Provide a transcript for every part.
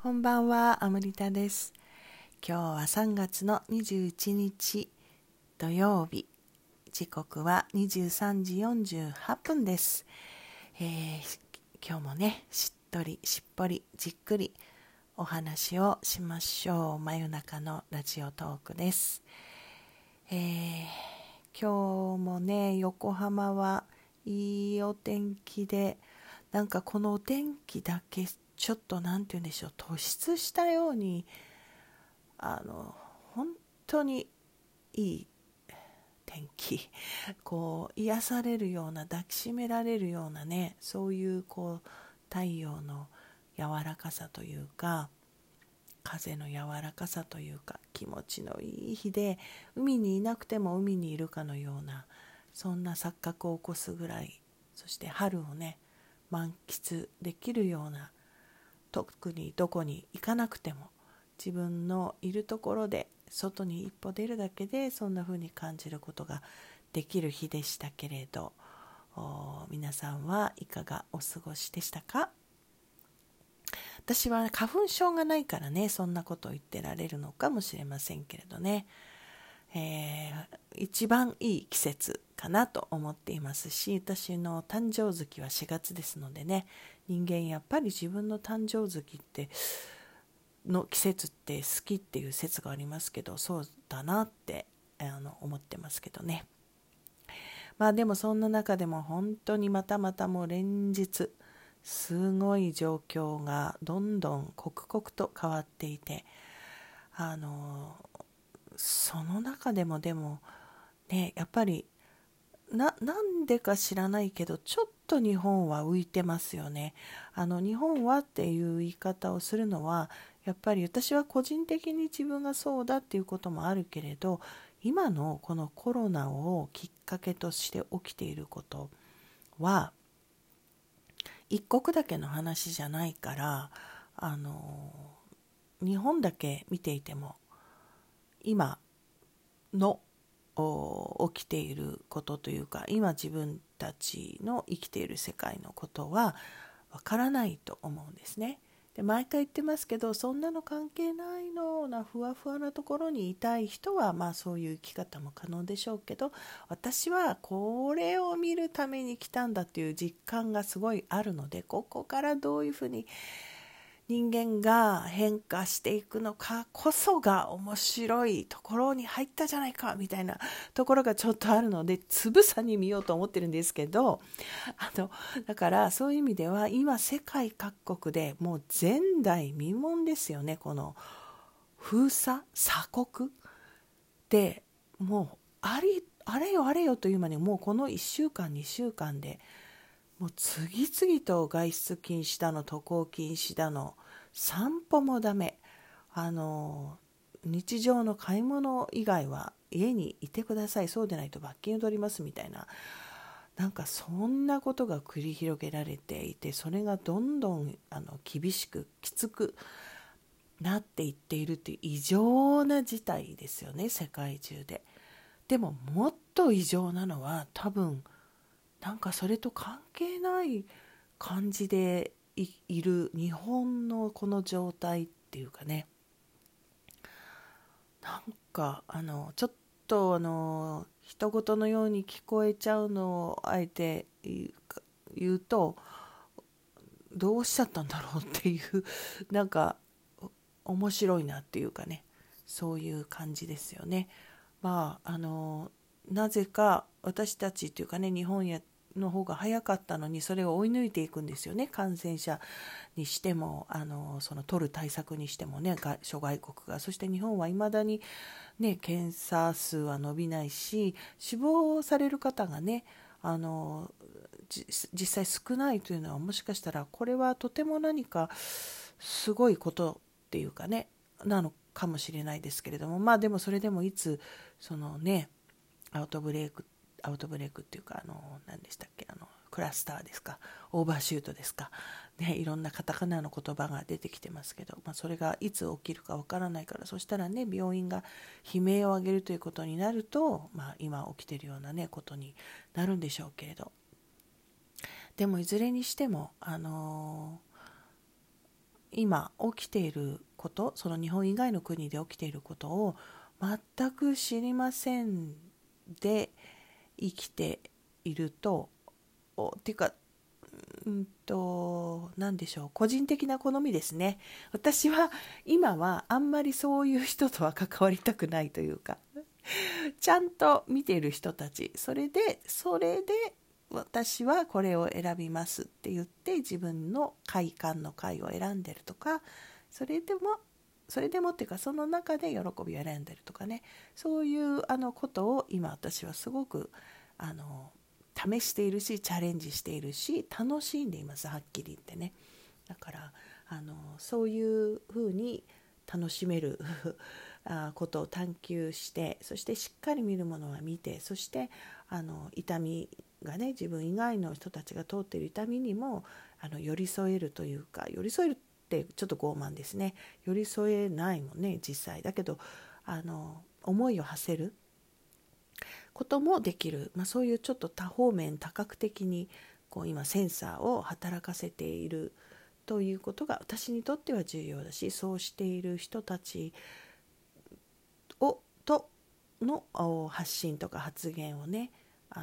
こんばんは、アムリタです。今日は3月の21日土曜日、時刻は23時48分です。今日もね、しっとりしっぽりじっくりお話をしましょう。真夜中のラジオトークです。今日もね、横浜はいいお天気で、なんかこのお天気だけちょっとなんて言うんでしょう、突出したように本当にいい天気、こう癒されるような、抱きしめられるようなね、そういうこう太陽の柔らかさというか、風の柔らかさというか、気持ちのいい日で、海にいなくても海にいるかのような、そんな錯覚を起こすぐらい、そして春をね満喫できるような、特にどこに行かなくても自分のいるところで外に一歩出るだけでそんな風に感じることができる日でしたけれど、皆さんはいかがお過ごしでしたか？私は花粉症がないからね、そんなことを言ってられるのかもしれませんけれどね、一番いい季節かなと思っていますし、私の誕生月は4月ですのでね、人間やっぱり自分の誕生月っての季節って好きっていう説がありますけど、そうだなって思ってますけどね。まあでもそんな中でも本当にまたもう連日すごい状況がどんどん刻々と変わっていて、その中でもね、やっぱりなんでか知らないけど、ちょっと日本は浮いてますよね。日本はっていう言い方をするのは、やっぱり私は個人的に自分がそうだっていうこともあるけれど、今のこのコロナをきっかけとして起きていることは一国だけの話じゃないから、日本だけ見ていても今の起きていることというか、今自分たちの生きている世界のことはわからないと思うんですね。で、毎回言ってますけど、そんなの関係ないのなふわふわなところにいたい人はまあそういう生き方も可能でしょうけど、私はこれを見るために来たんだっていう実感がすごいあるので、ここからどういうふうに人間が変化していくのかこそが面白いところに入ったじゃないかみたいなところがちょっとあるので、つぶさに見ようと思ってるんですけど、だからそういう意味では今世界各国でもう前代未聞ですよね。この封鎖鎖国で、もうあれよという間に、もうこの1週間2週間でもう次々と外出禁止だの、渡航禁止だの、散歩もダメ、日常の買い物以外は家にいてください、そうでないと罰金を取りますみたいな、なんかそんなことが繰り広げられていて、それがどんどん厳しくきつくなっていっているという異常な事態ですよね、世界中で。でももっと異常なのは、多分なんかそれと関係ない感じでいる日本のこの状態っていうかね、なんかちょっと人事のように聞こえちゃうのをあえて言うと、どうしちゃったんだろうっていうなんか面白いなっていうかね、そういう感じですよね。まあなぜか私たちというかね、日本の方が早かったのに、それを追い抜いていくんですよね。感染者にしてもその取る対策にしてもね、諸外国が。そして日本はいまだにね、検査数は伸びないし、死亡される方がね実際少ないというのは、もしかしたらこれはとても何かすごいことっていうかね、なのかもしれないですけれども、まあでもそれでもいつそのね、アウトブレイクっていうか、何でしたっけ、クラスターですか、オーバーシュートですか、ね、いろんなカタカナの言葉が出てきてますけど、まあ、それがいつ起きるかわからないから、そしたらね、病院が悲鳴を上げるということになると、まあ、今起きているようなねことになるんでしょうけれど、でもいずれにしても今起きていること、その日本以外の国で起きていることを全く知りませんで生きていると、っていうか何でしょう、個人的な好みですね。私は今はあんまりそういう人とは関わりたくないというか、ちゃんと見ている人たち、それで私はこれを選びますって言って自分の快感の快を選んでるとか、それでもっていうか、その中で喜びを選んでるとかね、そういうことを今私はすごく試しているし、チャレンジしているし、楽しんでいます、はっきり言ってね。だからそういうふうに楽しめることを探求して、そしてしっかり見るものは見て、そして痛みがね、自分以外の人たちが通っている痛みにも寄り添えるというか、寄り添えるってちょっと傲慢ですね。寄り添えないもんね、実際。だけど思いを馳せることもできる、そういうちょっと多方面多角的に今センサーを働かせているということが私にとっては重要だし、そうしている人たちの発信とか発言をね、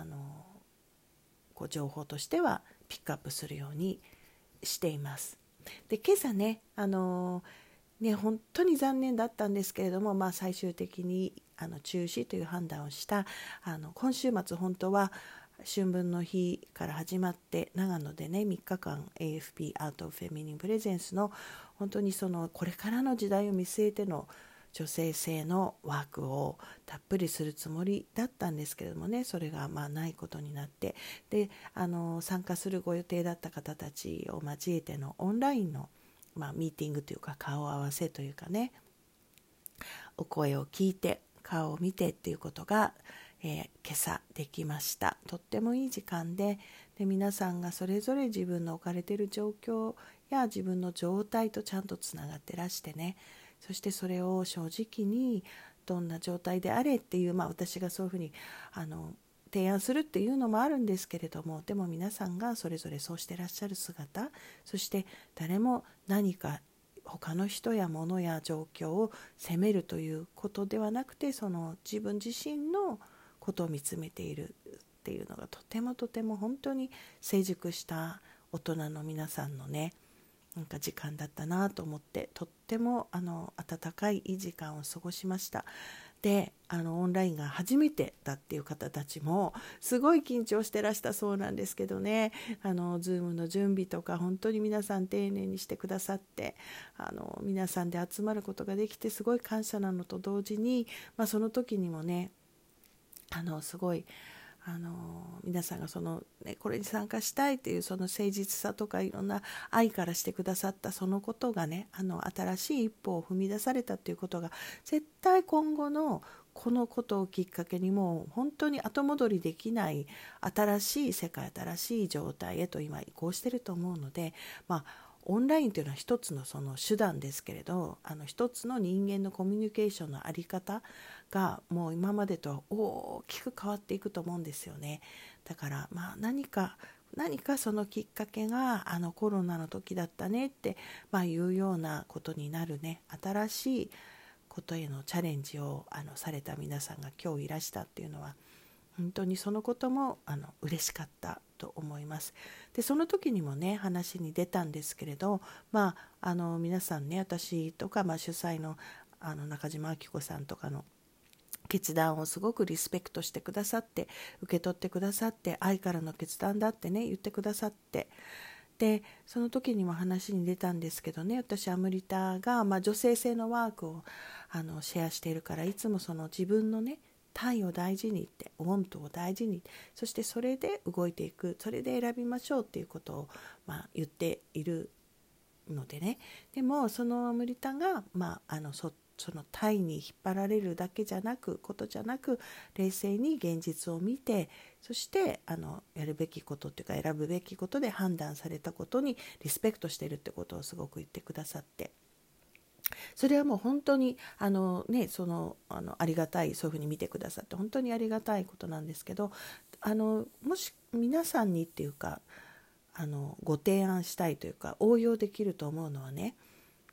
情報としてはピックアップするようにしています。で、今朝ね、本当に残念だったんですけれども、最終的に中止という判断をした今週末、本当は春分の日から始まって長野でね3日間 AFP アートフェミニンプレゼンスの本当にこれからの時代を見据えての女性性のワークをたっぷりするつもりだったんですけれどもね、それがないことになって、で参加するご予定だった方たちを交えてのオンラインの、ミーティングというか顔合わせというかね、お声を聞いて顔を見てっていうことが、今朝できました。とってもいい時間で、皆さんがそれぞれ自分の置かれている状況や自分の状態とちゃんとつながってらしてね、そしてそれを正直にどんな状態であれっていう、私がそういうふうに提案するっていうのもあるんですけれども、でも皆さんがそれぞれそうしてらっしゃる姿、そして誰も何か他の人や物や状況を責めるということではなくて、その自分自身のことを見つめているっていうのがとても本当に成熟した大人の皆さんのね、時間だったなと思って、とっても温かいいい時間を過ごしました。でオンラインが初めてだっていう方たちもすごい緊張してらしたそうなんですけどね、Zoom の準備とか本当に皆さん丁寧にしてくださって、皆さんで集まることができてすごい感謝なのと同時に、その時にもねすごい皆さんがこれに参加したいというその誠実さとかいろんな愛からしてくださったそのことがね、新しい一歩を踏み出されたということが絶対今後のこのことをきっかけにもう本当に後戻りできない新しい世界、新しい状態へと今移行していると思うので、オンラインというのは一つのその手段ですけれど、一つの人間のコミュニケーションの在り方がもう今までとは大きく変わっていくと思うんですよね。だから何かそのきっかけがコロナの時だったねっていうようなことになるね、新しいことへのチャレンジをされた皆さんが今日いらしたっていうのは本当にそのことも嬉しかったと思います。でその時にもね話に出たんですけれど、皆さんね、私とか、主催の中島明子さんとかの決断をすごくリスペクトしてくださって、受け取ってくださって、愛からの決断だってね言ってくださって、でその時にも話に出たんですけどね、私アムリタが、女性性のワークをシェアしているから、いつもその自分のね体を大事にって、ウォントを大事に、そしてそれで動いていく、それで選びましょうっていうことを、言っているのでね。でもそのアムリタが、その体に引っ張られるだけじゃなく冷静に現実を見て、そしてやるべきことっていうか選ぶべきことで判断されたことにリスペクトしているってことをすごく言ってくださって、それはもう本当にありがたい、そういうふうに見てくださって本当にありがたいことなんですけど、もし皆さんにっていうかご提案したいというか応用できると思うのはね、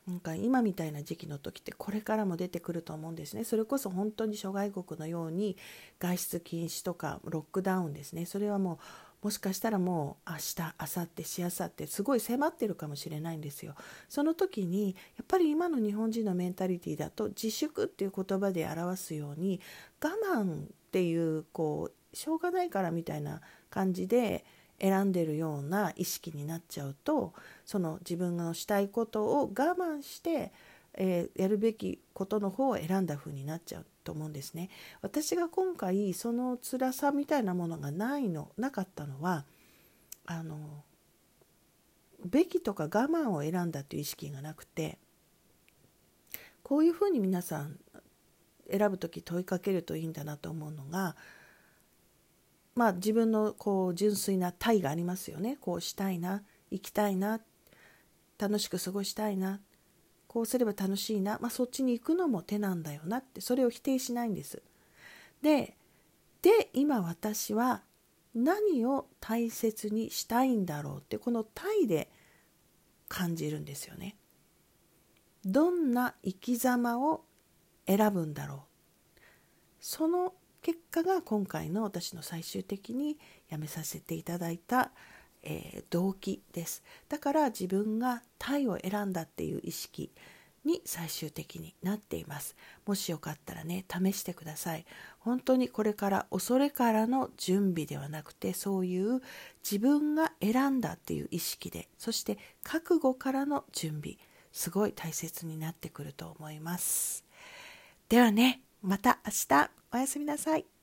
なんか今みたいな時期の時ってこれからも出てくると思うんですね。それこそ本当に諸外国のように外出禁止とかロックダウンですね。それはもしかしたらもう明日、明後日、しあさってすごい迫ってるかもしれないんですよ。その時にやっぱり今の日本人のメンタリティだと自粛っていう言葉で表すように我慢っていうしょうがないからみたいな感じで選んでるような意識になっちゃうと、その自分のしたいことを我慢して、やるべきことの方を選んだ風になっちゃうと思うんですね。私が今回その辛さみたいなものがなかったのは、べきとか我慢を選んだという意識がなくて、こういう風に皆さん選ぶとき問いかけるといいんだなと思うのが、自分の純粋な態がありますよね。こうしたいな、生きたいな、楽しく過ごしたいな、こうすれば楽しいな、そっちに行くのも手なんだよなって、それを否定しないんです。で今私は何を大切にしたいんだろうって、この態で感じるんですよね。どんな生き様を選ぶんだろう。その結果が今回の私の最終的に辞めさせていただいた、動機です。だから自分が態を選んだっていう意識に最終的になっています。もしよかったらね、試してください。本当にこれから恐れからの準備ではなくて、そういう自分が選んだっていう意識で、そして覚悟からの準備、すごい大切になってくると思います。ではね、また明日おやすみなさい。